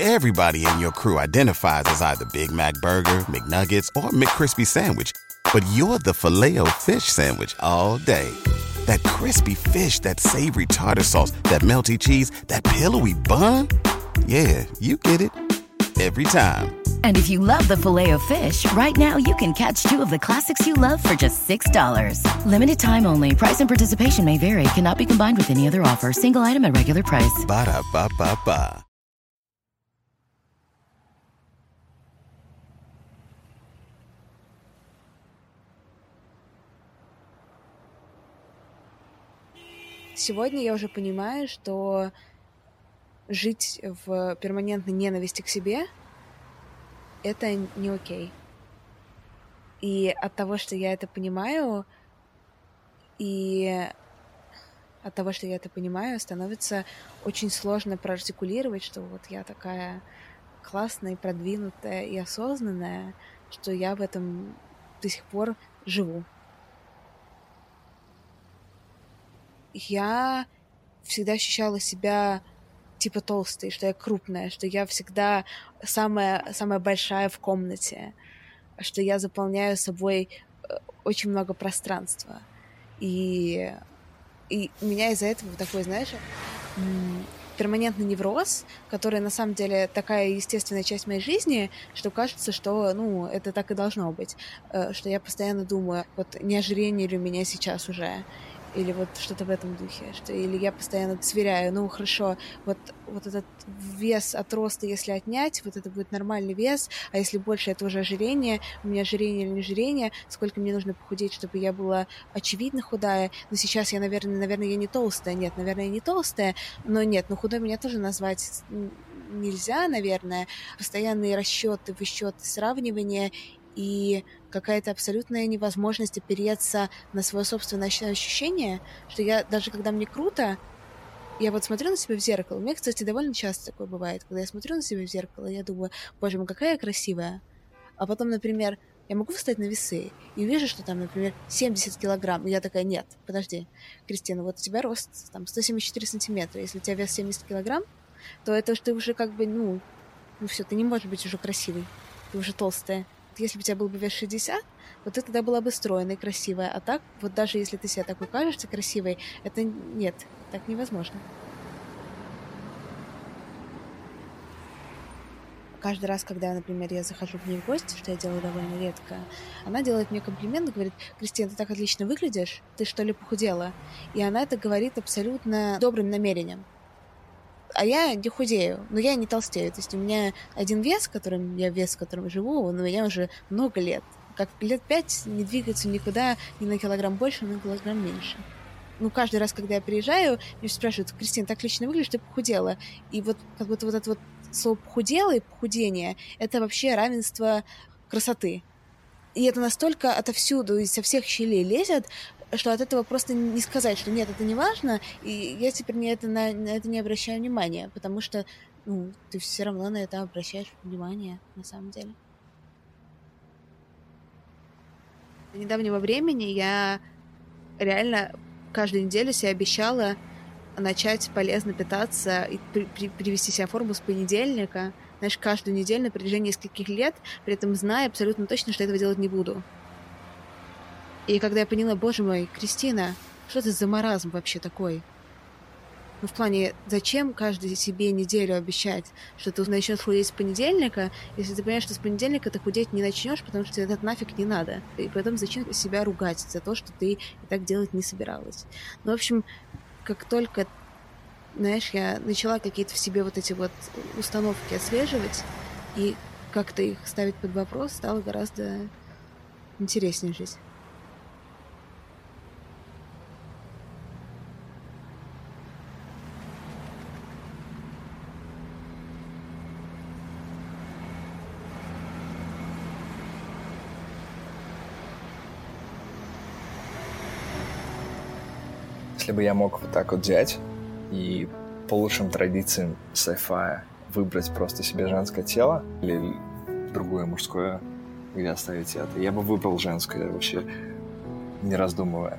Everybody in your crew identifies as either Big Mac Burger, McNuggets, or McCrispy Sandwich. But you're the Filet-O-Fish Sandwich all day. That crispy fish, that savory tartar sauce, that melty cheese, that pillowy bun. Yeah, you get it. Every time. And if you love the Filet-O-Fish, right now you can catch two of the classics you love for just $6. Limited time only. Price and participation may vary. Cannot be combined with any other offer. Single item at regular price. Ba-da-ba-ba-ba. Сегодня я уже понимаю, что жить в перманентной ненависти к себе — это не окей. И от того, что я это понимаю, становится очень сложно проартикулировать, что вот я такая классная, продвинутая и осознанная, что я в этом до сих пор живу. Я всегда ощущала себя типа толстой, что я крупная, что я всегда самая большая в комнате, что я заполняю собой очень много пространства. И у меня из-за этого такой, знаешь, перманентный невроз, который на самом деле такая естественная часть моей жизни, что кажется, что, это так и должно быть. Что я постоянно думаю, вот не ожирение ли у меня сейчас уже, или вот что-то в этом духе, или я постоянно сверяю, хорошо, вот этот вес от роста, если отнять, вот это будет нормальный вес, а если больше, это уже ожирение, у меня ожирение или не ожирение, сколько мне нужно похудеть, чтобы я была очевидно худая, но сейчас я, наверное, я не толстая, нет, наверное, я не толстая, но нет, худой меня тоже назвать нельзя, наверное, постоянные расчеты, высчеты, сравнивания и какая-то абсолютная невозможность опереться на свое собственное ощущение, что я, даже когда мне круто, я вот смотрю на себя в зеркало. У меня, кстати, довольно часто такое бывает, когда я смотрю на себя в зеркало, я думаю, боже мой, какая я красивая. А потом, например, я могу встать на весы и вижу, что там, например, 70 килограмм. И я такая, нет, подожди, Кристина, вот у тебя рост там 174 сантиметра. Если у тебя вес 70 килограмм, то это ты уже как бы, все, ты не можешь быть уже красивой. Ты уже толстая. Если бы у тебя был бы вес 60, вот ты тогда была бы стройная и красивая. А так, вот даже если ты себя такой кажешься красивой, это нет, так невозможно. Каждый раз, когда, например, я захожу к ней в гости, что я делаю довольно редко, она делает мне комплимент и говорит: «Кристина, ты так отлично выглядишь, ты что ли похудела?» И она это говорит абсолютно добрым намерением. А я не худею, но я не толстею. То есть у меня один вес, в котором живу, он у меня уже много лет. Как лет 5 не двигается никуда ни на килограмм больше, ни на килограмм меньше. Каждый раз, когда я приезжаю, меня спрашивают: «Кристина, так отлично выглядишь, ты похудела». И вот как будто вот это вот слово «похудела» и «похудение» — это вообще равенство красоты. И это настолько отовсюду, со всех щелей лезет, что от этого просто не сказать, что нет, это не важно, и я теперь на это не обращаю внимания, потому что ты все равно на это обращаешь внимание, на самом деле. До недавнего времени я реально каждую неделю себе обещала начать полезно питаться и привести себя в форму с понедельника, знаешь, каждую неделю на протяжении нескольких лет, при этом зная абсолютно точно, что этого делать не буду. И когда я поняла, боже мой, Кристина, что это за маразм вообще такой? В плане, зачем каждой себе неделю обещать, что ты начнешь худеть с понедельника, если ты понимаешь, что с понедельника ты худеть не начнешь, потому что тебе это нафиг не надо. И поэтому зачем себя ругать за то, что ты и так делать не собиралась? В общем, как только, знаешь, я начала какие-то в себе вот эти вот установки отслеживать и как-то их ставить под вопрос, стало гораздо интереснее жить. Если бы я мог вот так вот взять и по лучшим традициям sci-fi выбрать просто себе женское тело или другое мужское, где оставить это, я бы выбрал женское вообще, не раздумывая.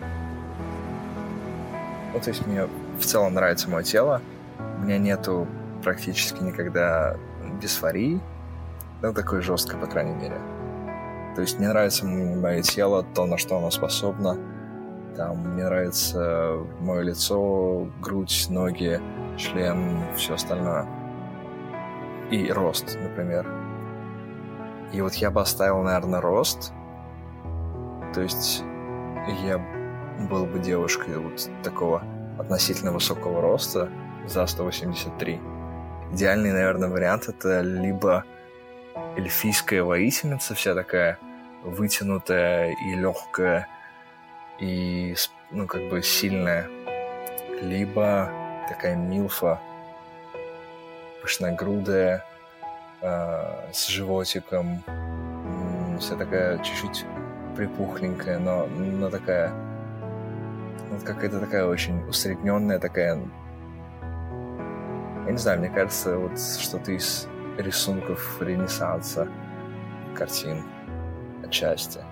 То есть мне в целом нравится мое тело, у меня нету практически никогда дисфории, ну, такой жесткой, по крайней мере. То есть мне нравится мое тело, то, на что оно способно. Там, мне нравится мое лицо, грудь, ноги, член, все остальное. И рост, например. И вот я бы оставил, наверное, рост. То есть я был бы девушкой вот такого относительно высокого роста за 183. Идеальный, наверное, вариант — это либо эльфийская воительница, вся такая вытянутая и легкая, и, ну, как бы сильная, либо такая милфа, пышногрудая, с животиком, вся такая чуть-чуть припухленькая, но такая, вот какая-то такая очень усредненная, такая, я не знаю, мне кажется, вот что-то из рисунков Ренессанса картин отчасти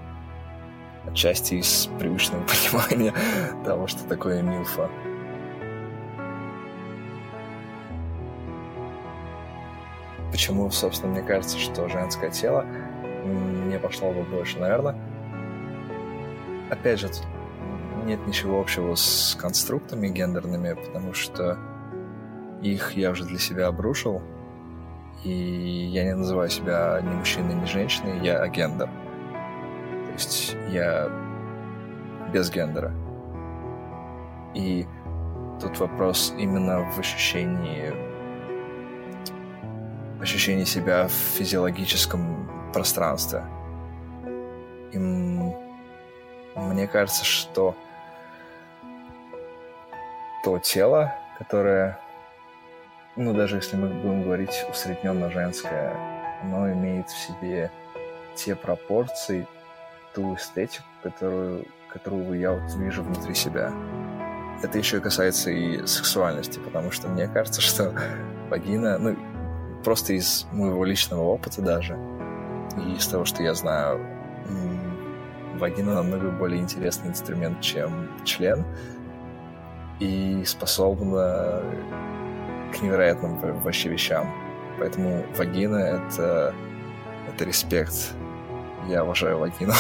из привычного понимания того, что такое милфа. Почему, собственно, мне кажется, что женское тело мне пошло бы больше, наверное. Опять же, тут нет ничего общего с конструктами гендерными, потому что их я уже для себя обрушил, и я не называю себя ни мужчиной, ни женщиной, я агендер. То есть я без гендера. И тут вопрос именно в ощущении себя в физиологическом пространстве. И мне кажется, что то тело, которое, ну, даже если мы будем говорить усредненно женское, оно имеет в себе те пропорции, ту эстетику, которую я вот вижу внутри себя. Это еще и касается и сексуальности, потому что мне кажется, что вагина, ну, просто из моего личного опыта даже, и из того, что я знаю, вагина намного более интересный инструмент, чем член, и способна к невероятным вообще вещам. Поэтому вагина — это респект. Я уважаю вагину.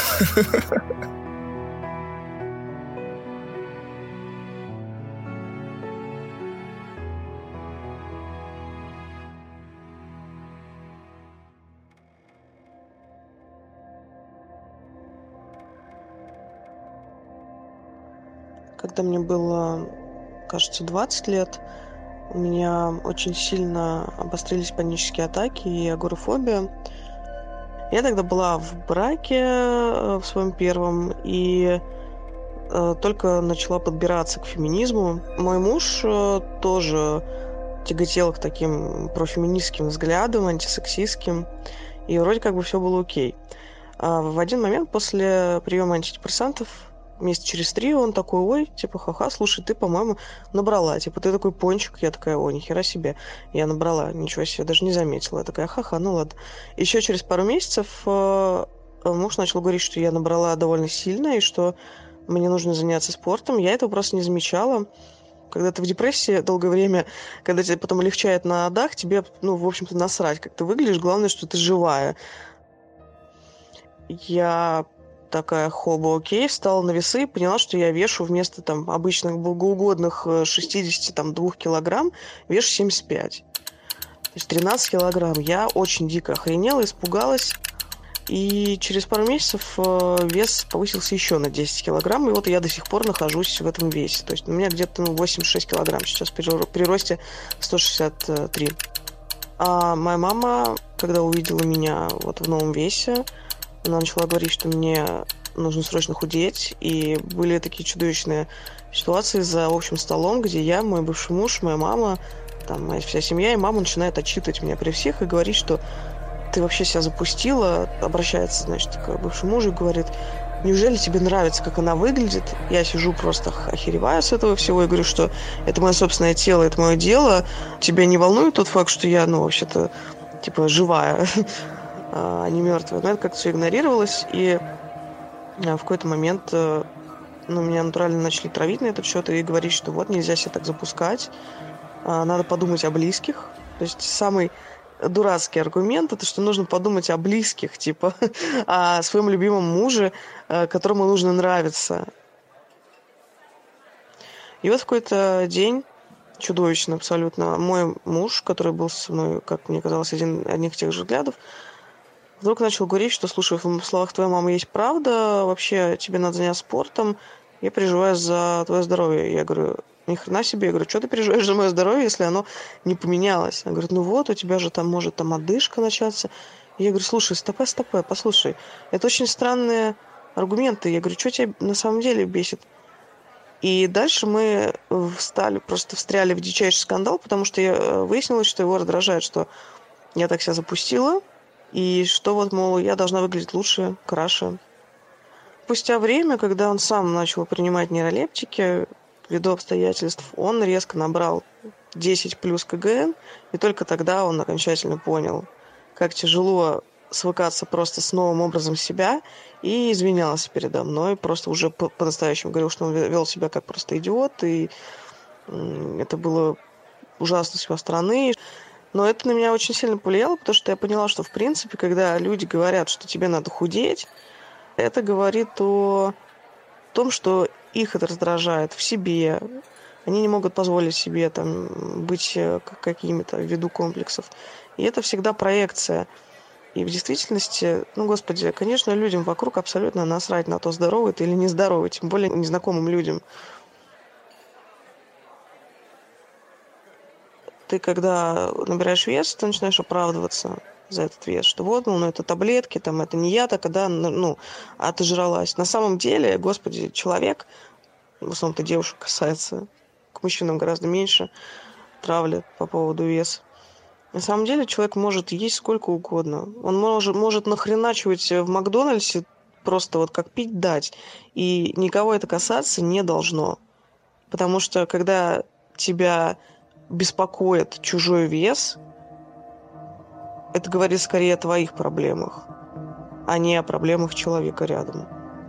Когда мне было, кажется, 20 лет, у меня очень сильно обострились панические атаки и агорафобия. Я тогда была в браке в своем первом и только начала подбираться к феминизму. Мой муж тоже тяготел к таким профеминистским взглядам, антисексистским, и вроде как бы все было окей. А в один момент после приема антидепрессантов месяца через 3 он такой: ой, типа, ха-ха, слушай, ты, по-моему, набрала. Типа, ты такой пончик. Я такая: о, нихера себе. Я набрала, ничего себе, даже не заметила. Я такая: ха-ха, ну ладно. Еще через пару месяцев муж начал говорить, что я набрала довольно сильно и что мне нужно заняться спортом. Я этого просто не замечала. Когда ты в депрессии долгое время, когда тебе потом легчает на дах, тебе, ну, в общем-то, насрать, как ты выглядишь. Главное, что ты живая. Я такая: хоба, окей, встала на весы и поняла, что я вешу вместо там обычных богоугодных 62 килограмм, вешу 75. То есть 13 килограмм. Я очень дико охренела, испугалась. И через пару месяцев вес повысился еще на 10 килограмм. И вот я до сих пор нахожусь в этом весе. То есть у меня где-то 86 килограмм сейчас при росте 163. А моя мама, когда увидела меня вот в новом весе, она начала говорить, что мне нужно срочно худеть. И были такие чудовищные ситуации за общим столом, где я, мой бывший муж, моя мама, там моя вся семья, и мама начинает отчитывать меня при всех и говорить, что ты вообще себя запустила. Обращается, значит, к бывшему мужу и говорит: неужели тебе нравится, как она выглядит? Я сижу просто охереваю с этого всего и говорю, что это мое собственное тело, это мое дело. Тебя не волнует тот факт, что я, ну, вообще-то, типа, живая, а не мертвая. Но это как-то все игнорировалось, и в какой-то момент меня натурально начали травить на этот счет и говорить, что вот нельзя себя так запускать, надо подумать о близких. То есть самый дурацкий аргумент — это что нужно подумать о близких, типа, о своем любимом муже, которому нужно нравиться. И вот в какой-то день, чудовищно абсолютно, мой муж, который был со мной, как мне казалось, одних и тех же взглядов, вдруг начал говорить, что, слушай, в словах твоей мамы есть правда, вообще тебе надо заняться спортом, я переживаю за твое здоровье. Я говорю, ни хрена себе. Я говорю, что ты переживаешь за мое здоровье, если оно не поменялось? Он говорит, ну вот, у тебя же там может там одышка начаться. И я говорю, слушай, стопэ, послушай, это очень странные аргументы. Я говорю, что тебя на самом деле бесит? И дальше мы встряли в дичайший скандал, потому что выяснилось, что его раздражает, что я так себя запустила, и что вот, мол, я должна выглядеть лучше, краше. Спустя время, когда он сам начал принимать нейролептики, ввиду обстоятельств, он резко набрал 10 плюс КГН, и только тогда он окончательно понял, как тяжело свыкаться просто с новым образом себя, и извинялся передо мной, просто уже по-настоящему говорил, что он вел себя как просто идиот, и это было ужасно с его стороны. Но это на меня очень сильно повлияло, потому что я поняла, что, в принципе, когда люди говорят, что тебе надо худеть, это говорит о том, что их это раздражает в себе. Они не могут позволить себе там, быть какими-то ввиду комплексов. И это всегда проекция. И в действительности, ну, господи, конечно, людям вокруг абсолютно насрать на то, здоровый ты или нездоровый, тем более незнакомым людям. Ты, когда набираешь вес, ты начинаешь оправдываться за этот вес, что вот, ну, это таблетки, там, это не я, так, когда, ну, отожралась. На самом деле, господи, человек, в основном-то девушек касается, к мужчинам гораздо меньше травли по поводу веса. На самом деле, человек может есть сколько угодно. Он может нахреначивать в Макдональдсе просто вот как пить дать, и никого это касаться не должно. Потому что, когда тебя беспокоит чужой вес, это говорит скорее о твоих проблемах, а не о проблемах человека рядом.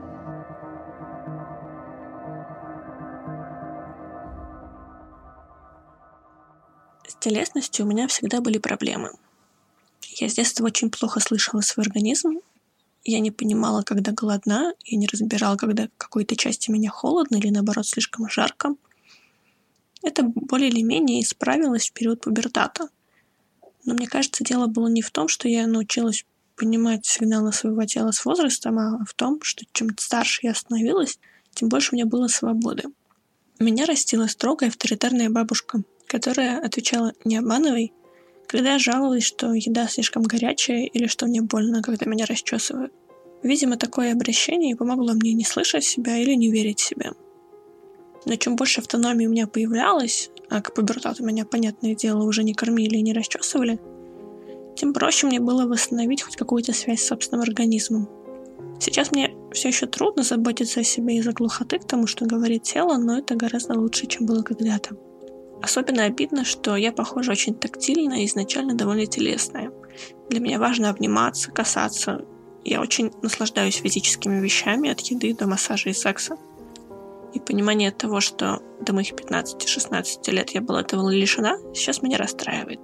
С телесностью у меня всегда были проблемы. Я с детства очень плохо слышала свой организм. Я не понимала, когда голодна, я не разбирала, когда какой-то части меня холодно или, наоборот, слишком жарко. Это более или менее исправилось в период пубертата. Но мне кажется, дело было не в том, что я научилась понимать сигналы своего тела с возрастом, а в том, что чем старше я становилась, тем больше у меня было свободы. Меня растила строгая авторитарная бабушка, которая отвечала «не обманывай», когда я жаловалась, что еда слишком горячая или что мне больно, когда меня расчесывают. Видимо, такое обращение помогло мне не слышать себя или не верить себе. Но чем больше автономии у меня появлялось, а к пубертату меня, понятное дело, уже не кормили и не расчесывали, тем проще мне было восстановить хоть какую-то связь с собственным организмом. Сейчас мне все еще трудно заботиться о себе из-за глухоты к тому, что говорит тело, но это гораздо лучше, чем было когда-то. Особенно обидно, что я, похоже, очень тактильная и изначально довольно телесная. Для меня важно обниматься, касаться. Я очень наслаждаюсь физическими вещами, от еды до массажа и секса. И понимание того, что до моих 15-16 лет я была этого лишена, сейчас меня расстраивает.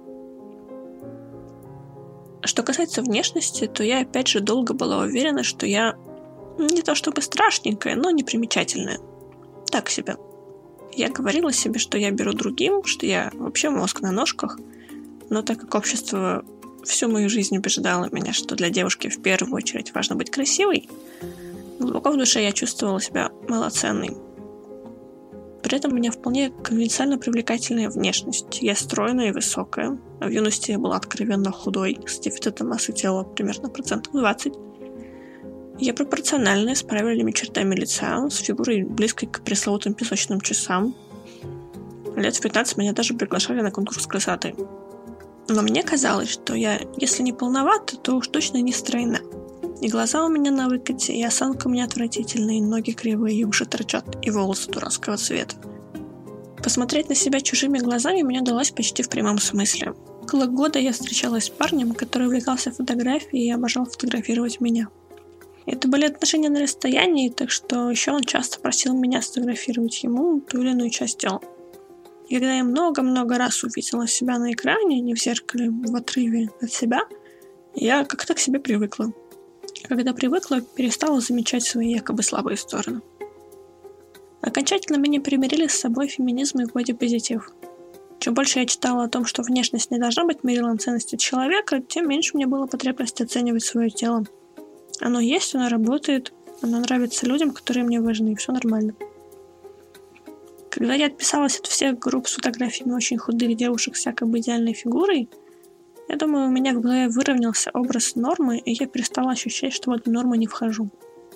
Что касается внешности, то я опять же долго была уверена, что я не то чтобы страшненькая, но непримечательная. Так себе. Я говорила себе, что я беру другим, что я вообще мозг на ножках, но так как общество всю мою жизнь убеждало меня, что для девушки в первую очередь важно быть красивой, глубоко в душе я чувствовала себя малоценной. При этом у меня вполне конвенционально привлекательная внешность. Я стройная и высокая. А в юности я была откровенно худой, с дефицитом массы тела примерно 20%. Я пропорциональная, с правильными чертами лица, с фигурой близкой к пресловутым песочным часам. Лет в 15 меня даже приглашали на конкурс красоты. Но мне казалось, что я, если не полновата, то уж точно не стройна. И глаза у меня на выкате, и осанка у меня отвратительная, и ноги кривые, и уши торчат, и волосы дурацкого цвета. Посмотреть на себя чужими глазами мне удалось почти в прямом смысле. Около года я встречалась с парнем, который увлекался фотографией и обожал фотографировать меня. Это были отношения на расстоянии, так что еще он часто просил меня сфотографировать ему ту или иную часть тела. И когда я много-много раз увидела себя на экране, не в зеркале, в отрыве от себя, я как-то к себе привыкла. А когда привыкла, перестала замечать свои якобы слабые стороны. Окончательно меня примирили с собой феминизм и бодипозитив. Чем больше я читала о том, что внешность не должна быть мерилом ценности человека, тем меньше мне было потребности оценивать свое тело. Оно есть, оно работает, оно нравится людям, которые мне важны, и все нормально. Когда я отписалась от всех групп с фотографиями очень худых девушек с якобы идеальной фигурой, я думаю, у меня в голове выровнялся образ нормы, и я перестала ощущать, что в эту норму не вхожу.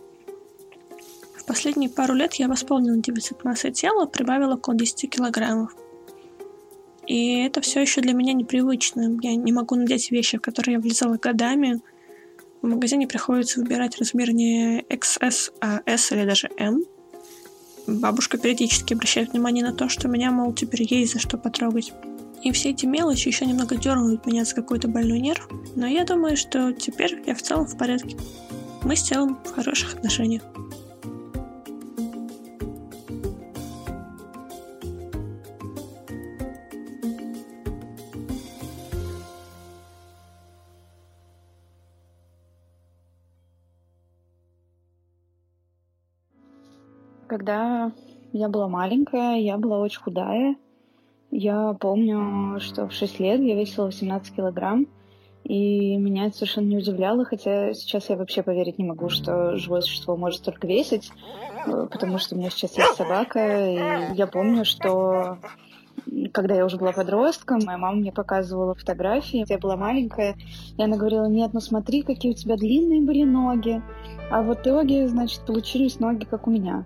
В последние пару лет я восполнила дефицит массы тела, прибавила около 10 килограммов. И это все еще для меня непривычно. Я не могу надеть вещи, в которые я влезала годами. В магазине приходится выбирать размер не XS, а S или даже M. Бабушка периодически обращает внимание на то, что меня, мол, теперь есть за что потрогать. И все эти мелочи еще немного дергают меня за какой-то больной нерв, но я думаю, что теперь я в целом в порядке. Мы с телом в хороших отношениях. Когда я была маленькая, я была очень худая. Я помню, что в 6 лет я весила 18 килограмм, и меня это совершенно не удивляло, хотя сейчас я вообще поверить не могу, что живое существо может столько весить, потому что у меня сейчас есть собака, и я помню, что когда я уже была подростком, моя мама мне показывала фотографии, я была маленькая, и она говорила: нет, ну смотри, какие у тебя длинные были ноги, а в итоге, значит, получились ноги, как у меня.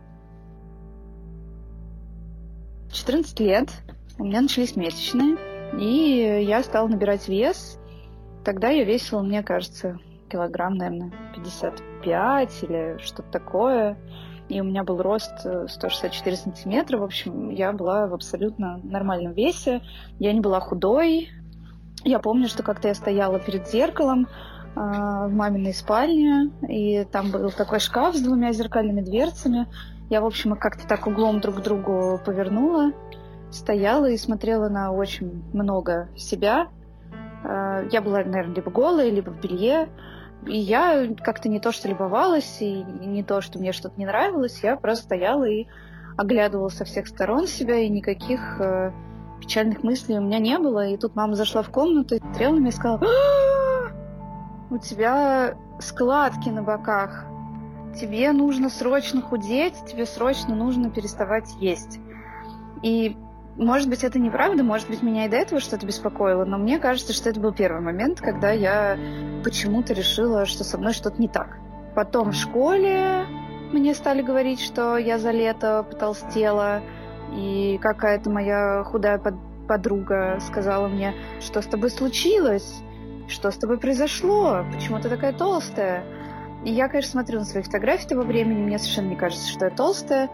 В 14 лет у меня начались месячные, и я стала набирать вес. Тогда я весила, мне кажется, килограмм, наверное, 55 или что-то такое. И у меня был рост 164 сантиметра. В общем, я была в абсолютно нормальном весе. Я не была худой. Я помню, что как-то я стояла перед зеркалом в маминой спальне, и там был такой шкаф с 2 зеркальными дверцами. Я, в общем, как-то так углом друг к другу повернула, стояла и смотрела на очень много себя. Я была, наверное, либо голая, либо в белье. И я как-то не то что любовалась, и не то, что мне что-то не нравилось. Я просто стояла и оглядывала со всех сторон себя, и никаких печальных мыслей у меня не было. И тут мама зашла в комнату, смотрела на меня и сказала: у тебя складки на боках. Тебе нужно срочно худеть, тебе срочно нужно переставать есть. И, может быть, это неправда, может быть, меня и до этого что-то беспокоило, но мне кажется, что это был первый момент, когда я почему-то решила, что со мной что-то не так. Потом в школе мне стали говорить, что я за лето потолстела, и какая-то моя худая подруга сказала мне: что с тобой случилось, что с тобой произошло, почему ты такая толстая. И я, конечно, смотрю на свои фотографии того времени, мне совершенно не кажется, что я толстая.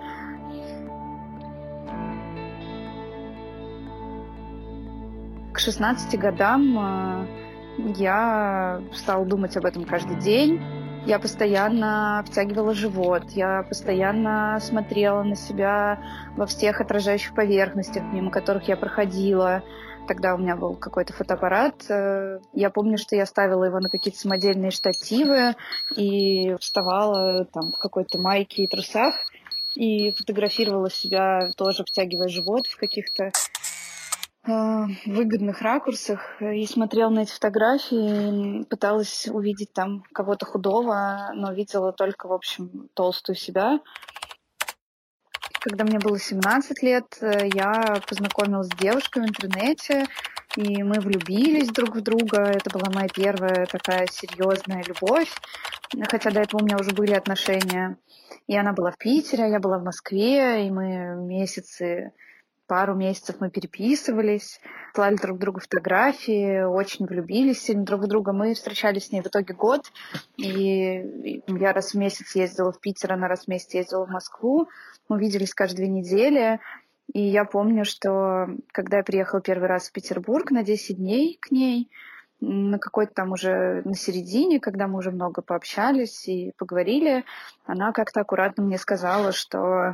К 16 годам я стала думать об этом каждый день. Я постоянно обтягивала живот, я постоянно смотрела на себя во всех отражающих поверхностях, мимо которых я проходила. Тогда у меня был какой-то фотоаппарат. Я помню, что я ставила его на какие-то самодельные штативы и вставала там в какой-то майке и трусах и фотографировала себя, тоже обтягивая живот в каких-то выгодных ракурсах, и смотрела на эти фотографии, пыталась увидеть там кого-то худого, но видела только, в общем, толстую себя. Когда мне было 17 лет, я познакомилась с девушкой в интернете, и мы влюбились друг в друга. Это была моя первая такая серьезная любовь, хотя до этого у меня уже были отношения. И она была в Питере, а я была в Москве, и мы пару месяцев мы переписывались, слали друг другу фотографии, очень влюбились сильно друг в друга. Мы встречались с ней в итоге год, и я раз в месяц ездила в Питер, она раз в месяц ездила в Москву. Мы виделись каждые 2 недели, и я помню, что когда я приехала первый раз в Петербург на 10 дней к ней, на какой-то там уже на середине, когда мы уже много пообщались и поговорили, она как-то аккуратно мне сказала, что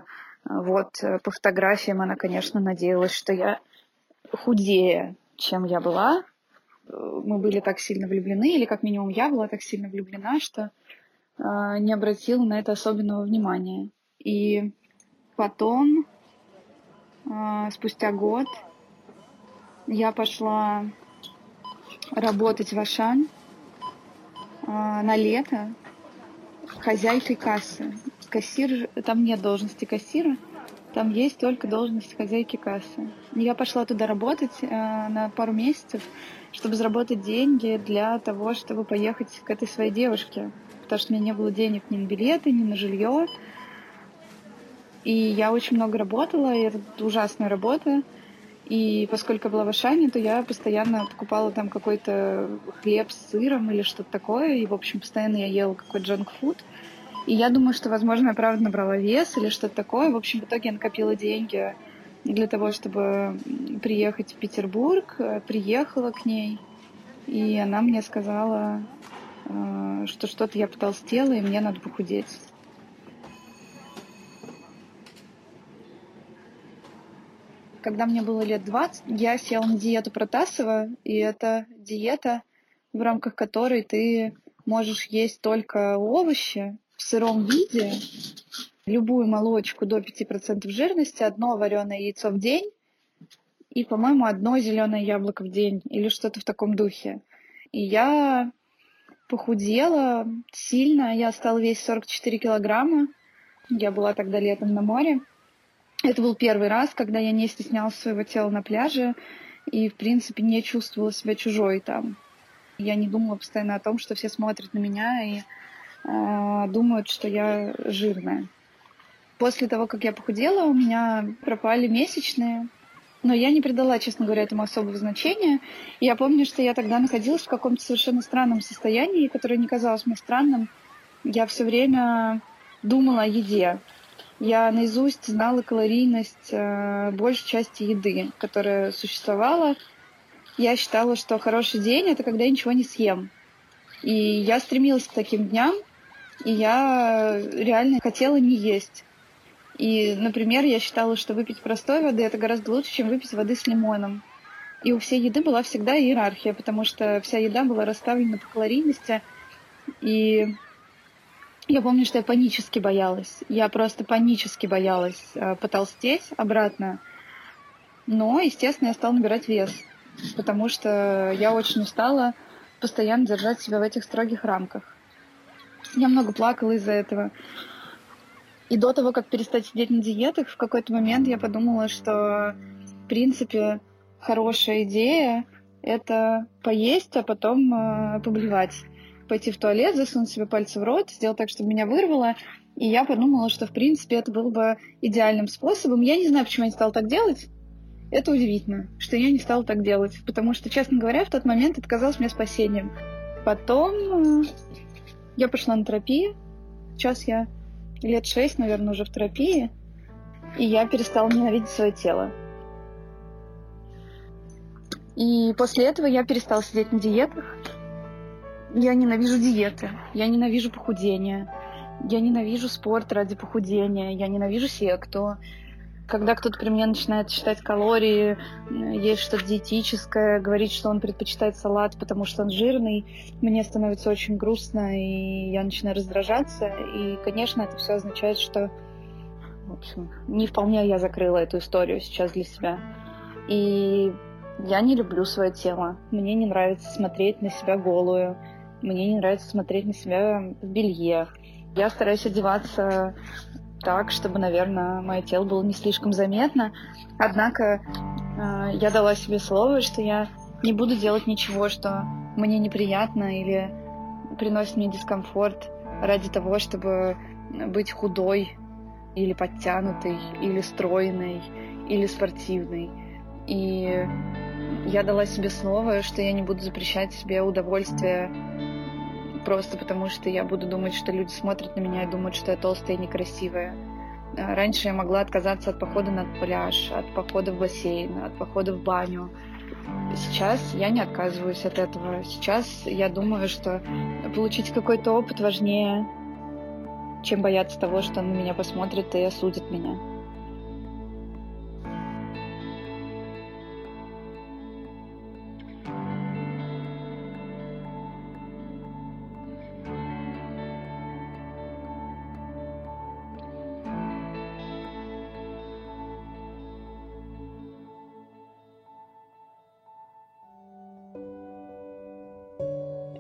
Вот по фотографиям она, конечно, надеялась, что я худее, чем я была. Мы были так сильно влюблены, или как минимум я была так сильно влюблена, что не обратила на это особенного внимания. И потом, спустя год, я пошла работать в Ашан на лето хозяйкой кассы. Кассир, там нет должности кассира, там есть только должность хозяйки кассы. Я пошла туда работать на пару месяцев, чтобы заработать деньги для того, чтобы поехать к этой своей девушке. Потому что у меня не было денег ни на билеты, ни на жилье. И я очень много работала, и это ужасная работа. И поскольку я была в Ашане, то я постоянно покупала там какой-то хлеб с сыром или что-то такое. И, в общем, постоянно я ела какой-то джанк-фуд. И я думаю, что, возможно, я правда набрала вес или что-то такое. В общем, в итоге я накопила деньги для того, чтобы приехать в Петербург. Приехала к ней, и она мне сказала, что что-то я потолстела, и мне надо похудеть. Когда мне было лет 20, я села на диету Протасова, и это диета, в рамках которой ты можешь есть только овощи в сыром виде, любую молочку до 5% жирности, одно вареное яйцо в день и, по-моему, одно зеленое яблоко в день или что-то в таком духе. И я похудела сильно, я стала весить 44 килограмма. Я была тогда летом на море. Это был первый раз, когда я не стеснялась своего тела на пляже и, в принципе, не чувствовала себя чужой там. Я не думала постоянно о том, что все смотрят на меня и думают, что я жирная. После того, как я похудела, у меня пропали месячные, но я не придала, честно говоря, этому особого значения. И я помню, что я тогда находилась в каком-то совершенно странном состоянии, которое не казалось мне странным. Я все время думала о еде. Я наизусть знала калорийность большей части еды, которая существовала. Я считала, что хороший день — это когда я ничего не съем. И я стремилась к таким дням, и я реально хотела не есть. И, например, я считала, что выпить простой воды — это гораздо лучше, чем выпить воды с лимоном. И у всей еды была всегда иерархия, потому что вся еда была расставлена по калорийности. И я помню, что я панически боялась. Я просто панически боялась потолстеть обратно. Но, естественно, я стала набирать вес, потому что я очень устала постоянно держать себя в этих строгих рамках. Я много плакала из-за этого. И до того, как перестать сидеть на диетах, в какой-то момент я подумала, что, в принципе, хорошая идея — это поесть, а потом поблевать. Пойти в туалет, засунуть себе пальцы в рот, сделать так, чтобы меня вырвало. И я подумала, что, в принципе, это было бы идеальным способом. Я не знаю, почему я не стала так делать. Это удивительно, что я не стала так делать. Потому что, честно говоря, в тот момент это казалось мне спасением. Потом я пошла на терапию. Сейчас я лет 6, наверное, уже в терапии. И я перестала ненавидеть свое тело. И после этого я перестала сидеть на диетах. Я ненавижу диеты. Я ненавижу похудение. Я ненавижу спорт ради похудения. Я ненавижу секту. Когда кто-то при мне начинает считать калории, есть что-то диетическое, говорить, что он предпочитает салат, потому что он жирный, мне становится очень грустно, и я начинаю раздражаться. И, конечно, это все означает, что, в общем, не вполне я закрыла эту историю сейчас для себя. И я не люблю свое тело. Мне не нравится смотреть на себя голую. Мне не нравится смотреть на себя в белье. Я стараюсь одеваться так, чтобы, наверное, мое тело было не слишком заметно. Однако я дала себе слово, что я не буду делать ничего, что мне неприятно или приносит мне дискомфорт ради того, чтобы быть худой или подтянутой, или стройной, или спортивной. И я дала себе слово, что я не буду запрещать себе удовольствие просто потому, что я буду думать, что люди смотрят на меня и думают, что я толстая и некрасивая. Раньше я могла отказаться от похода на пляж, от похода в бассейн, от похода в баню. Сейчас я не отказываюсь от этого. Сейчас я думаю, что получить какой-то опыт важнее, чем бояться того, что на меня посмотрят и осудят меня.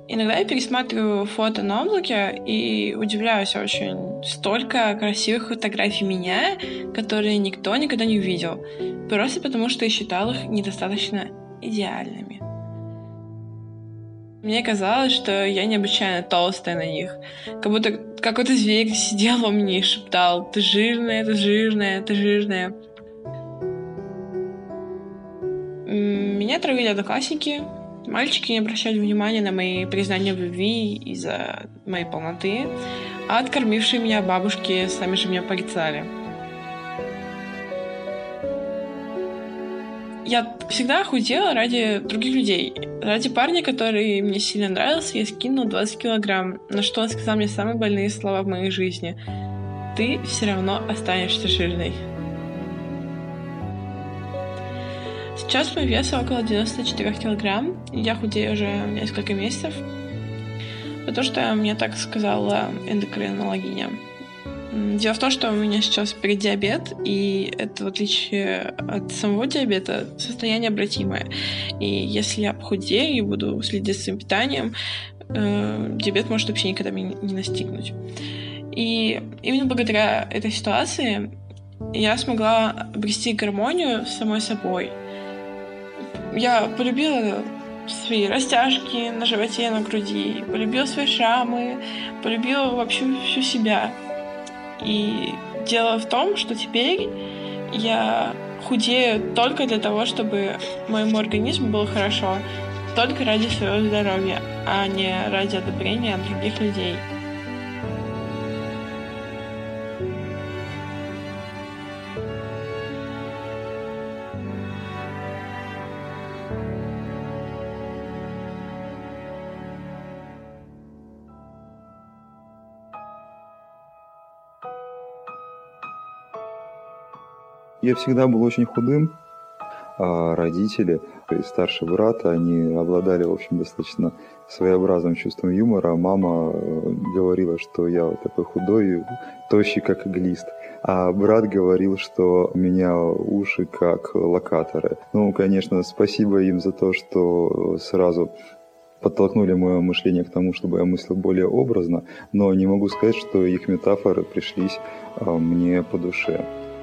Иногда я пересматриваю фото на облаке и удивляюсь очень. Столько красивых фотографий меня, которые никто никогда не увидел. Просто потому, что я считал их недостаточно идеальными. Мне казалось, что я необычайно толстая на них. Как будто какой-то зверь сидел во мне и шептал: «Ты жирная, ты жирная, ты жирная». Меня травили одноклассники. Мальчики не обращали внимания на мои признания в любви из-за моей полноты, а откормившие меня бабушки сами же меня порицали. Я всегда худела ради других людей. Ради парня, который мне сильно нравился, я скинула 20 килограмм, на что он сказал мне самые больные слова в моей жизни: «Ты все равно останешься жирной». Сейчас мой вес около 94 килограмм, и я худею уже несколько месяцев, потому что мне так сказала эндокринологиня. Дело в том, что у меня сейчас преддиабет, и это, в отличие от самого диабета, состояние обратимое. И если я похудею и буду следить за своим питанием, диабет может вообще никогда меня не настигнуть. И именно благодаря этой ситуации я смогла обрести гармонию с самой собой. Я полюбила свои растяжки на животе, на груди, полюбила свои шрамы, полюбила вообще всю себя. И дело в том, что теперь я худею только для того, чтобы моему организму было хорошо, только ради своего здоровья, а не ради одобрения других людей. Я всегда был очень худым, а родители и старший брат, они обладали, в общем, достаточно своеобразным чувством юмора. Мама говорила, что я вот такой худой, тощий, как глист. А брат говорил, что у меня уши как локаторы. Ну, конечно, спасибо им за то, что сразу подтолкнули мое мышление к тому, чтобы я мыслил более образно, но не могу сказать, что их метафоры пришлись мне по душе.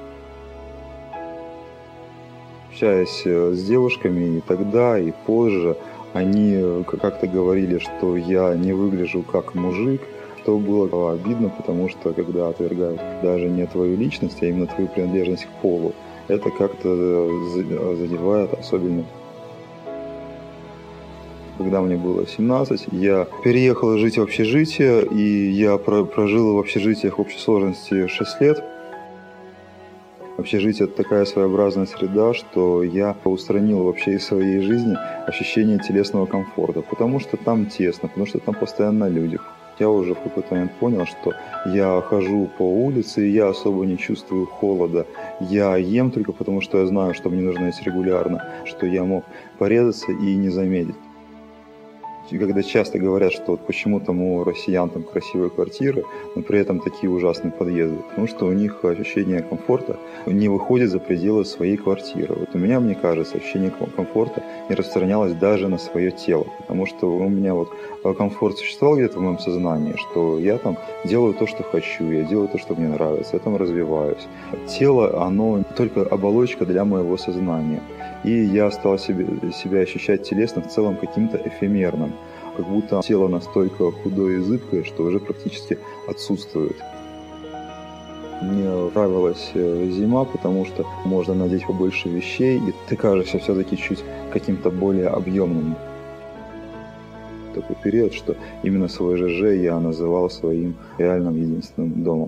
Общаясь с девушками и тогда, и позже, они как-то говорили, что я не выгляжу как мужик, что было обидно, потому что когда отвергают даже не твою личность, а именно твою принадлежность к полу, это как-то задевает особенно. Когда мне было 17, я переехал жить в общежитие, и я прожил в общежитиях в общей сложности 6 лет. Общежитие – это такая своеобразная среда, что я устранил вообще из своей жизни ощущение телесного комфорта, потому что там тесно, потому что там постоянно люди. Я уже в какой-то момент понял, что я хожу по улице, и я особо не чувствую холода. Я ем только потому, что я знаю, что мне нужно есть регулярно, что я мог порезаться и не заметить. И когда часто говорят, что вот почему там у россиян там красивые квартиры, но при этом такие ужасные подъезды, потому что у них ощущение комфорта не выходит за пределы своей квартиры. Вот у меня, мне кажется, ощущение комфорта не распространялось даже на свое тело, потому что у меня вот комфорт существовал где-то в моем сознании, что я там делаю то, что хочу, я делаю то, что мне нравится, я там развиваюсь. Тело, оно только оболочка для моего сознания. И я стал себя ощущать телесно в целом каким-то эфемерным, как будто тело настолько худое и зыбкое, что уже практически отсутствует. Мне нравилась зима, потому что можно надеть побольше вещей, и ты кажешься все-таки чуть каким-то более объемным. Такой период, что именно свой ЖЖ я называл своим реальным единственным домом.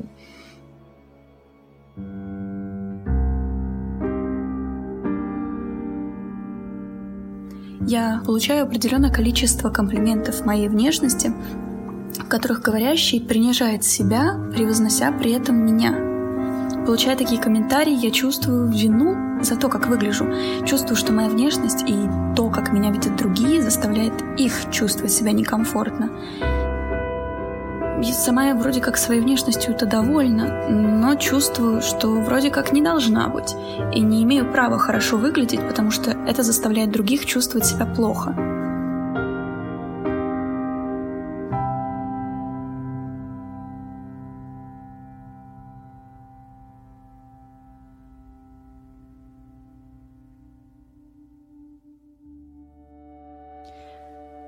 Я получаю определенное количество комплиментов моей внешности, в которых говорящий принижает себя, превознося при этом меня. Получая такие комментарии, я чувствую вину за то, как выгляжу. Чувствую, что моя внешность и то, как меня видят другие, заставляет их чувствовать себя некомфортно. И сама я вроде как своей внешностью-то довольна, но чувствую, что вроде как не должна быть, и не имею права хорошо выглядеть, потому что это заставляет других чувствовать себя плохо.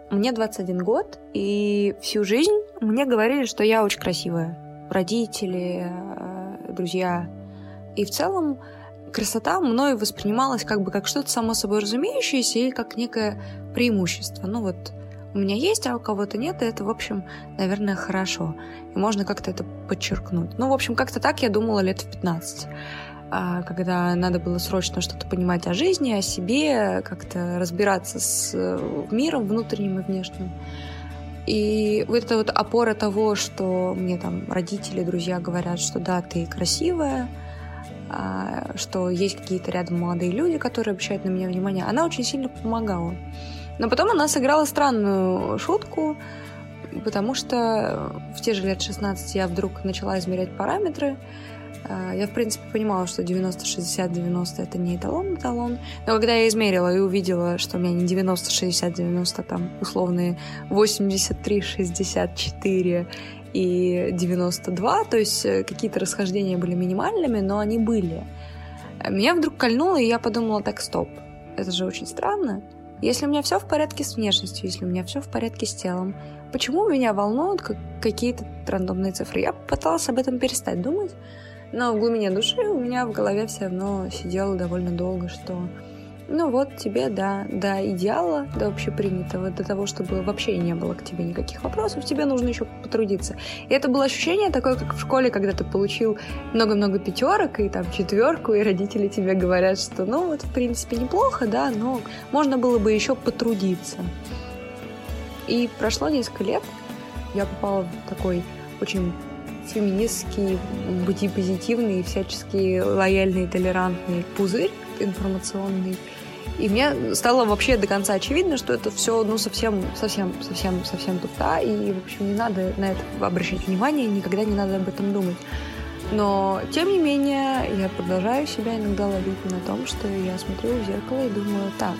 Мне 21 год, и всю жизнь мне говорили, что я очень красивая. Родители, друзья. И в целом красота мною воспринималась как что-то само собой разумеющееся и как некое преимущество. Ну вот у меня есть, а у кого-то нет, и это, в общем, наверное, хорошо. И можно как-то это подчеркнуть. Ну, в общем, как-то так я думала лет в 15. Когда надо было срочно что-то понимать о жизни, о себе, как-то разбираться с миром внутренним и внешним. И вот эта вот опора того, что мне там родители, друзья говорят, что да, ты красивая, что есть какие-то рядом молодые люди, которые обращают на меня внимание, она очень сильно помогала. Но потом она сыграла странную шутку, потому что в те же лет 16 я вдруг начала измерять параметры. Я, в принципе, понимала, что 90-60-90 это не эталон. Но когда я измерила и увидела, что у меня не 90-60-90, там условные 83-64 и 92, то есть какие-то расхождения были минимальными, но они были. Меня вдруг кольнуло, и я подумала, так, стоп, это же очень странно. Если у меня все в порядке с внешностью, если у меня все в порядке с телом, почему меня волнуют какие-то рандомные цифры? Я пыталась об этом перестать думать, но в глубине души у меня в голове все равно сидело довольно долго, что ну вот тебе, до идеала, до общепринятого, до того, чтобы вообще не было к тебе никаких вопросов, тебе нужно еще потрудиться. И это было ощущение такое, как в школе, когда ты получил много-много пятерок и там 4, и родители тебе говорят, что ну вот в принципе неплохо, да, но можно было бы еще потрудиться. И прошло несколько лет, я попала в такой очень феминистский, бодипозитивный, всячески лояльный, толерантный пузырь информационный. И мне стало вообще до конца очевидно, что это все совсем туфта, и, в общем, не надо на это обращать внимание, никогда не надо об этом думать. Но, тем не менее, я продолжаю себя иногда ловить на том, что я смотрю в зеркало и думаю, так,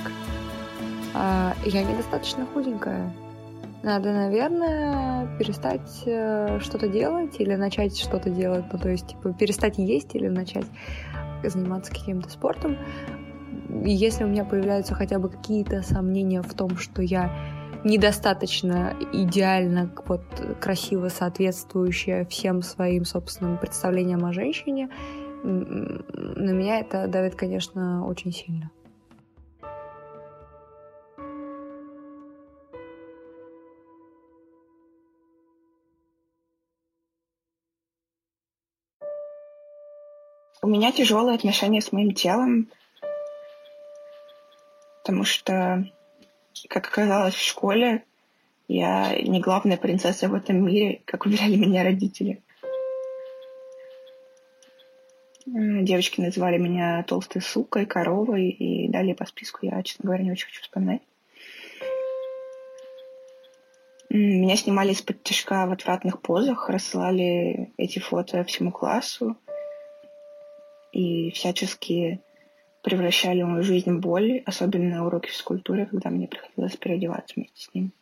я недостаточно худенькая. Надо, наверное, перестать что-то делать или начать что-то делать. Ну, то есть, типа, перестать есть или начать заниматься каким-то спортом. И если у меня появляются хотя бы какие-то сомнения в том, что я недостаточно идеально, вот, красиво соответствующая всем своим собственным представлениям о женщине, на меня это давит, конечно, очень сильно. У меня тяжелые отношения с моим телом, потому что, как оказалось в школе, я не главная принцесса в этом мире, как уверяли меня родители. Девочки называли меня толстой сукой, коровой, и далее по списку я, честно говоря, не очень хочу вспоминать. Меня снимали из-под тишка в отвратных позах, рассылали эти фото всему классу и всячески превращали мою жизнь в боль, особенно на уроки физкультуры, когда мне приходилось переодеваться вместе с ним.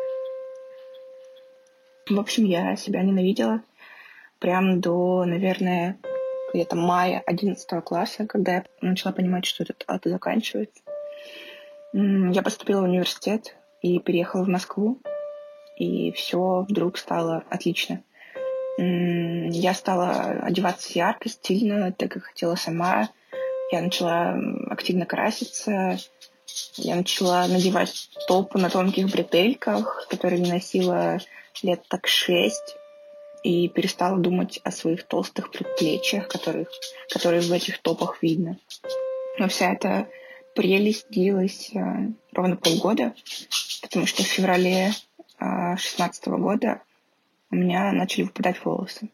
В общем, я себя ненавидела прям до, наверное, где-то мая 11 класса, когда я начала понимать, что этот ад заканчивается. Я поступила в университет и переехала в Москву, и все вдруг стало отлично. Я стала одеваться ярко, стильно, так как хотела сама. Я начала активно краситься. Я начала надевать топы на тонких бретельках, которые не носила лет так 6. И перестала думать о своих толстых предплечьях, которые в этих топах видно. Но вся эта прелесть длилась ровно полгода, потому что в феврале 2016 года у меня начали выпадать волосы.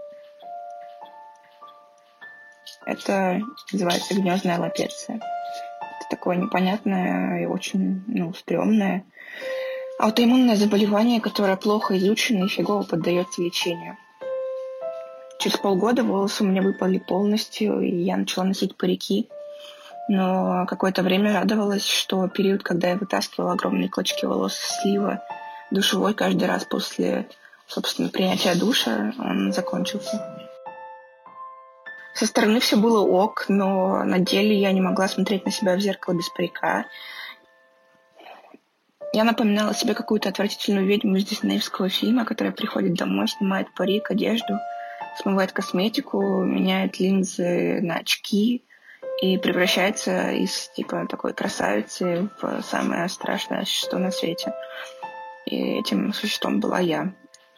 Это называется гнездная аллопеция. Это такое непонятное и очень, стрёмное аутоиммунное заболевание, которое плохо изучено и фигово поддается лечению. Через полгода волосы у меня выпали полностью, и я начала носить парики. Но какое-то время радовалась, что период, когда я вытаскивала огромные клочки волос с слива душевой каждый раз после, собственно, принятия душа, он закончился. Со стороны все было ок, но на деле я не могла смотреть на себя в зеркало без парика. Я напоминала себе какую-то отвратительную ведьму из диснеевского фильма, которая приходит домой, снимает парик, одежду, смывает косметику, меняет линзы на очки и превращается из типа такой красавицы в самое страшное существо на свете. И этим существом была я.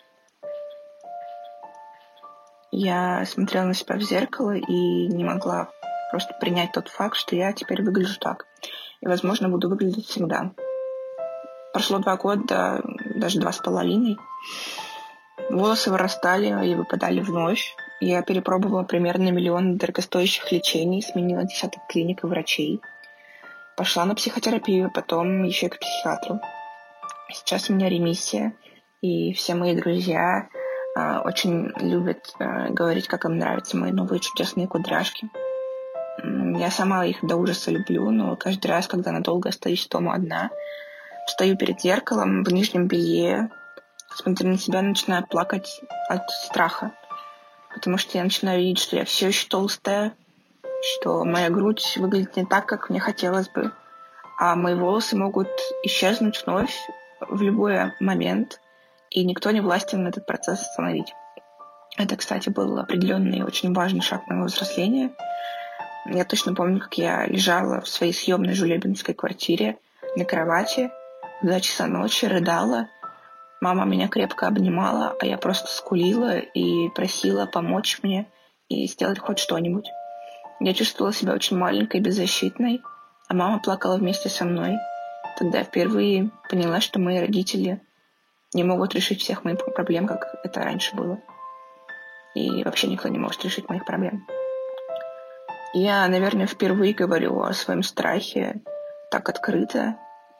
Я смотрела на себя в зеркало и не могла просто принять тот факт, что я теперь выгляжу так. И, возможно, буду выглядеть всегда. Прошло 2 года, даже 2,5. Волосы вырастали и выпадали вновь. Я перепробовала примерно 1 миллион дорогостоящих лечений, сменила десяток клиник и врачей. Пошла на психотерапию, потом еще и к психиатру. Сейчас у меня ремиссия, и все мои друзья очень любят говорить, как им нравятся мои новые чудесные кудряшки. Я сама их до ужаса люблю, но каждый раз, когда надолго остаюсь дома одна, стою перед зеркалом в нижнем белье, смотрю на себя, начинаю плакать от страха. Потому что я начинаю видеть, что я все еще толстая, что моя грудь выглядит не так, как мне хотелось бы, а мои волосы могут исчезнуть вновь в любой момент, и никто не властен этот процесс остановить. Это, кстати, был определенный и очень важный шаг моего взросления. Я точно помню, как я лежала в своей съемной жулебинской квартире на кровати в 2 часа ночи, рыдала. Мама меня крепко обнимала, а я просто скулила и просила помочь мне и сделать хоть что-нибудь. Я чувствовала себя очень маленькой, беззащитной, а мама плакала вместе со мной. Тогда я впервые поняла, что мои родители не могут решить всех моих проблем, как это раньше было. И вообще никто не может решить моих проблем. Я, наверное, впервые говорю о своем страхе так открыто.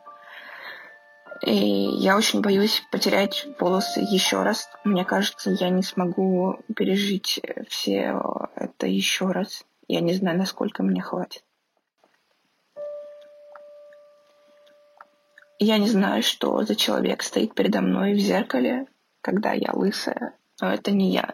И я очень боюсь потерять волосы еще раз. Мне кажется, я не смогу пережить все это еще раз. Я не знаю, насколько мне хватит. Я не знаю, что за человек стоит передо мной в зеркале, когда я лысая, но это не я.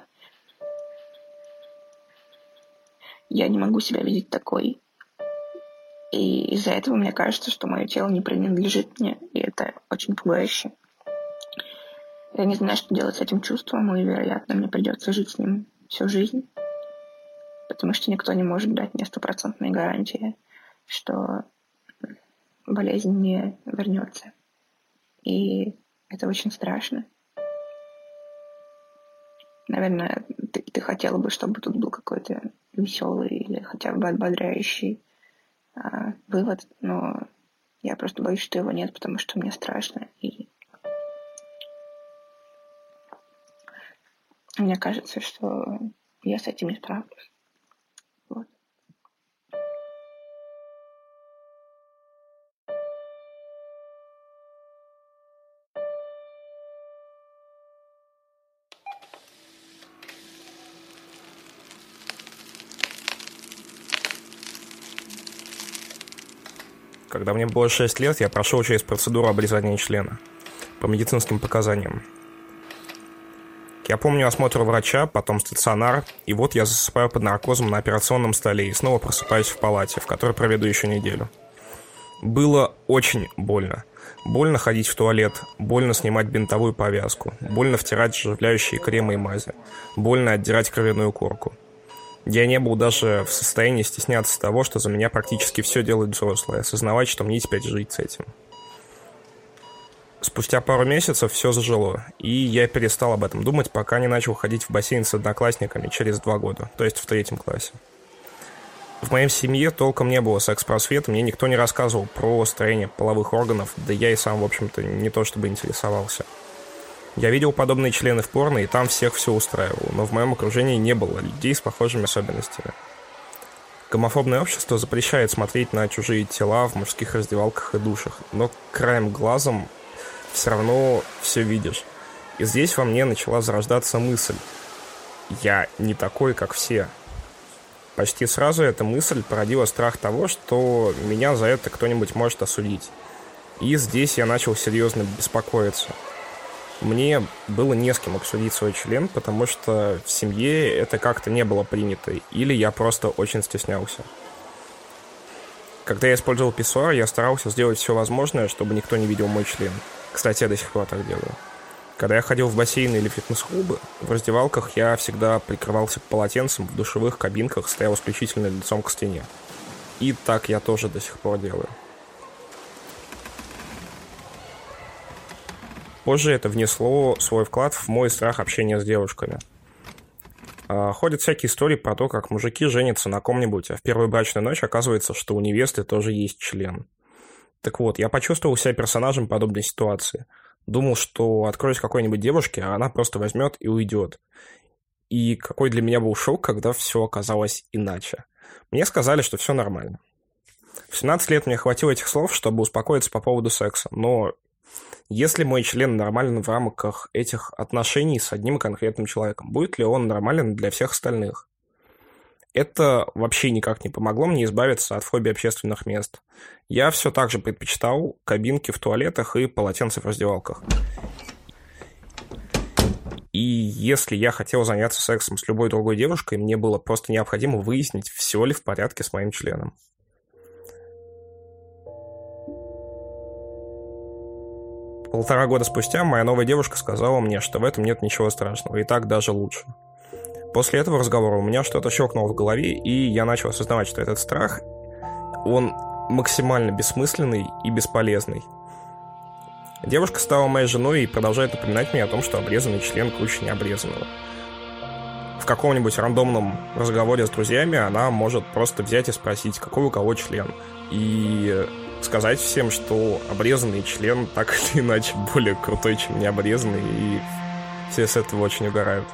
Я не могу себя видеть такой. И из-за этого мне кажется, что мое тело не принадлежит мне, и это очень пугающе. Я не знаю, что делать с этим чувством, и, вероятно, мне придется жить с ним всю жизнь, потому что никто не может дать мне 100% гарантии, что болезнь не вернется. И это очень страшно. Наверное, ты хотела бы, чтобы тут был какой-то веселый или хотя бы ободряющий вывод, но я просто боюсь, что его нет, потому что мне страшно. И мне кажется, что я с этим не справлюсь. Вот. Когда мне было 6 лет, я прошел через процедуру обрезания члена по медицинским показаниям. Я помню осмотр врача, потом стационар, и вот я засыпаю под наркозом на операционном столе и снова просыпаюсь в палате, в которой проведу еще неделю. Было очень больно. Больно ходить в туалет, больно снимать бинтовую повязку, больно втирать заживляющие кремы и мази, больно отдирать кровяную корку. Я не был даже в состоянии стесняться того, что за меня практически все делают взрослые, осознавать, что мне теперь жить с этим. Спустя пару месяцев все зажило, и я перестал об этом думать, пока не начал ходить в бассейн с одноклассниками через 2 года, то есть в 3 классе. В моей семье толком не было секс-просвета, мне никто не рассказывал про строение половых органов, да я и сам, в общем-то, не то чтобы интересовался. Я видел подобные члены в порно, и там всех все устраивало, но в моем окружении не было людей с похожими особенностями. Гомофобное общество запрещает смотреть на чужие тела в мужских раздевалках и душах, но краем глазом все равно все видишь. И здесь во мне начала зарождаться мысль: я не такой, как все. Почти сразу эта мысль породила страх того, что меня за это кто-нибудь может осудить. И здесь я начал серьезно беспокоиться. Мне было не с кем обсудить свой член, потому что в семье это как-то не было принято, или я просто очень стеснялся. Когда я использовал писсуар, я старался сделать все возможное, чтобы никто не видел мой член. Кстати, я до сих пор так делаю. Когда я ходил в бассейны или фитнес-клубы, в раздевалках я всегда прикрывался полотенцем, в душевых кабинках стоял исключительно лицом к стене. И так я тоже до сих пор делаю. Позже это внесло свой вклад в мой страх общения с девушками. Ходят всякие истории про то, как мужики женятся на ком-нибудь, а в первую брачную ночь оказывается, что у невесты тоже есть член. Так вот, я почувствовал себя персонажем подобной ситуации. Думал, что откроюсь какой-нибудь девушке, а она просто возьмет и уйдет. И какой для меня был шок, когда все оказалось иначе. Мне сказали, что все нормально. В 17 лет мне хватило этих слов, чтобы успокоиться по поводу секса. Но если мой член нормален в рамках этих отношений с одним конкретным человеком, будет ли он нормален для всех остальных? Это вообще никак не помогло мне избавиться от фобии общественных мест. Я все так же предпочитал кабинки в туалетах и полотенца в раздевалках. И если я хотел заняться сексом с любой другой девушкой, мне было просто необходимо выяснить, все ли в порядке с моим членом. Полтора года спустя моя новая девушка сказала мне, что в этом нет ничего страшного, и так даже лучше. После этого разговора у меня что-то щелкнуло в голове, и я начал осознавать, что этот страх, он максимально бессмысленный и бесполезный. Девушка стала моей женой и продолжает напоминать мне о том, что обрезанный член круче необрезанного. В каком-нибудь рандомном разговоре с друзьями она может просто взять и спросить, какой у кого член, и сказать всем, что обрезанный член так или иначе более крутой, чем необрезанный, и все с этого очень угорают.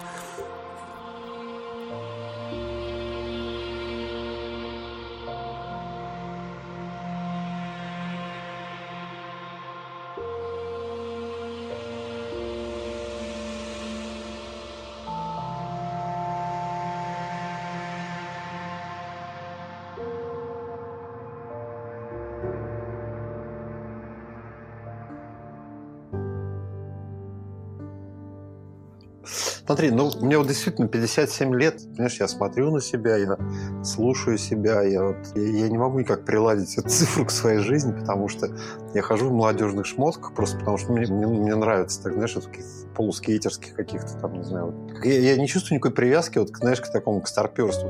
Смотри, мне вот действительно 57 лет, понимаешь, я смотрю на себя, я слушаю себя, я не могу никак приладить эту цифру к своей жизни, потому что я хожу в молодежных шмотках, просто потому что мне нравится, так, знаешь, полускейтерских каких-то там, не знаю. Я не чувствую никакой привязки, вот, знаешь, к такому, к старперству.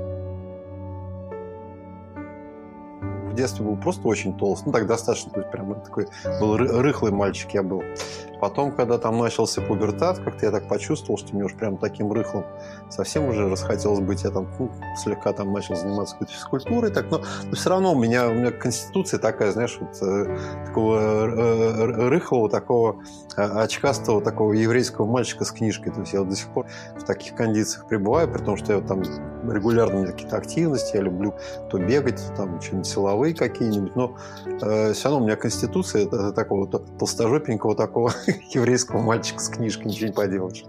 В детстве был просто очень толстый, так достаточно, то есть прям такой был рыхлый мальчик я был. Потом, когда там начался пубертат, как-то я так почувствовал, что мне уж прям таким рыхлым совсем уже расхотелось быть. Я там слегка там начал заниматься какой-то физкультурой, так, но все равно у меня конституция такая, знаешь, вот такого рыхлого, такого очкастого, такого еврейского мальчика с книжкой. То есть я вот до сих пор в таких кондициях пребываю, при том, что я вот там регулярно у меня какие-то активности, я люблю то бегать, то там что-нибудь силовые какие-нибудь, но все равно у меня конституция это такого толстожопенького такого еврейского мальчика с книжкой, ничего не поделаешь.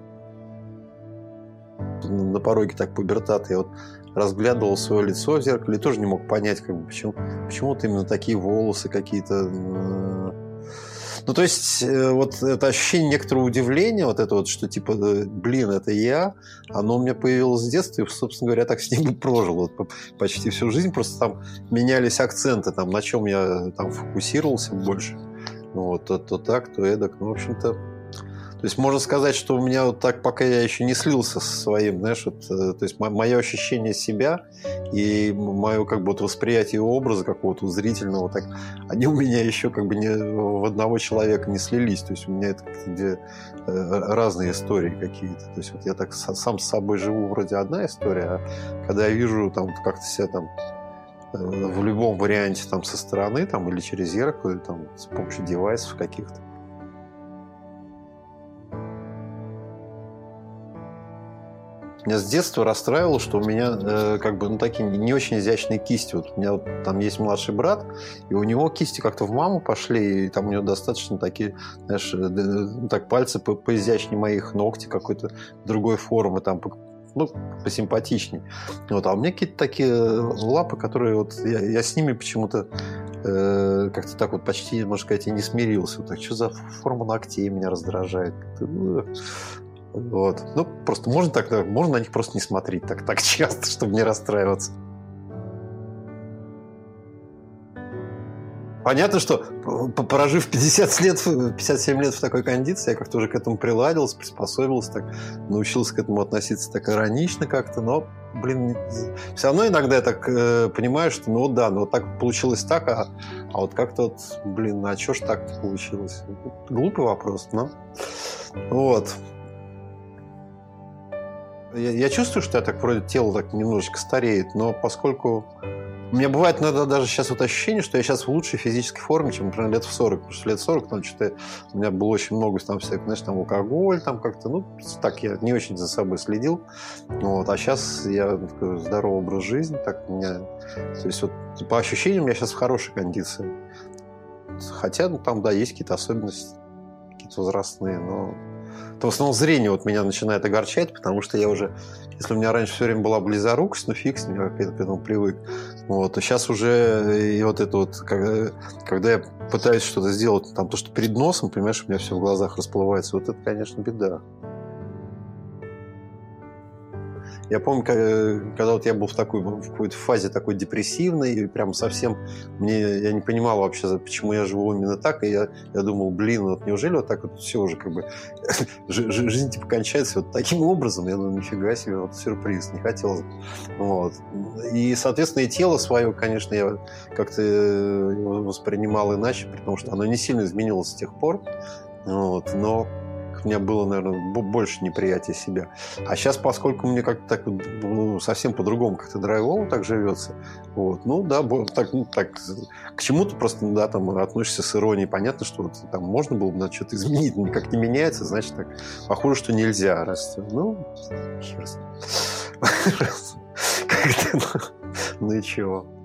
На пороге так пубертат я вот разглядывал свое лицо в зеркале и тоже не мог понять, как бы, почему-то именно такие волосы какие-то. Ну, то есть, вот это ощущение некоторого удивления, вот это вот, что типа, блин, это я, оно у меня появилось с детства, и, собственно говоря, так с ним и прожил вот, почти всю жизнь, просто там менялись акценты, там, на чем я там фокусировался больше. Ну, вот то так, то эдак. Ну, в общем-то, то есть можно сказать, что у меня вот так, пока я еще не слился со своим, знаешь, вот, то есть мое ощущение себя и мое как бы вот восприятие образа какого-то зрительного, так, они у меня еще как бы не в одного человека не слились. То есть у меня это где разные истории какие-то. То есть вот я так сам с собой живу, вроде одна история, а когда я вижу там как-то себя там в любом варианте там со стороны там, или через зеркало, или, там, с помощью девайсов каких-то. Меня с детства расстраивало, что у меня как бы такие не очень изящные кисти. Вот у меня вот, там есть младший брат, и у него кисти как-то в маму пошли, и там у него достаточно такие, знаешь, так пальцы поизящнее моих, ногти какой-то другой формы, там посимпатичнее. Вот, а у меня какие-то такие лапы, которые вот я с ними почему-то как-то так вот почти, можно сказать, и не смирился. Вот так, что за форма ногтей меня раздражает. Вот. Ну, просто можно на них просто не смотреть так часто, чтобы не расстраиваться. понятно, что прожив 57 лет в такой кондиции, я как-то уже к этому приладился, приспособился, так, научился к этому относиться так иронично как-то, но, блин, все равно иногда я так понимаю, что ну да, ну вот так получилось так, а вот как-то вот, блин, а что ж так получилось? Глупый вопрос, но вот. Я чувствую, что я так вроде тело так немножечко стареет, но поскольку у меня бывает иногда даже сейчас вот ощущение, что я сейчас в лучшей физической форме, чем, например, лет в 40. Потому что лет 40 там что-то у меня было очень много там всяких, знаешь, там алкоголь, там как-то, ну, так я не очень за собой следил. Вот. А сейчас я такой здоровый образ жизни, так у меня... То есть вот по ощущениям я сейчас в хорошей кондиции. Хотя, ну, там, да, есть какие-то особенности, какие-то возрастные, но... То в основном зрение вот меня начинает огорчать, потому что я уже, если у меня раньше все время была близорукость, ну фиг с ним, я к этому привык, вот, то сейчас уже и вот это вот, когда я пытаюсь что-то сделать, там то, что перед носом, понимаешь, у меня все в глазах расплывается, вот это, конечно, беда. Я помню, когда вот я был в какой-то фазе такой депрессивной, и прям совсем я не понимал вообще, почему я живу именно так, и я думал, блин, вот неужели вот так вот все уже как бы жизнь типа кончается вот таким образом? Я думаю, нифига себе, вот сюрприз, не хотелось бы. Вот. И, соответственно, и тело свое, конечно, я как-то его воспринимал иначе, потому что оно не сильно изменилось с тех пор, вот, но у меня было, наверное, больше неприятия себя. А сейчас, поскольку мне как-то так совсем по-другому как-то драйвово так живется, вот, ну да, так к чему-то просто, да, там относишься с иронией. Понятно, что вот, там можно было бы что-то изменить, но никак не меняется, значит, так похоже, что нельзя. Ну, хер с ним. Ну и чего?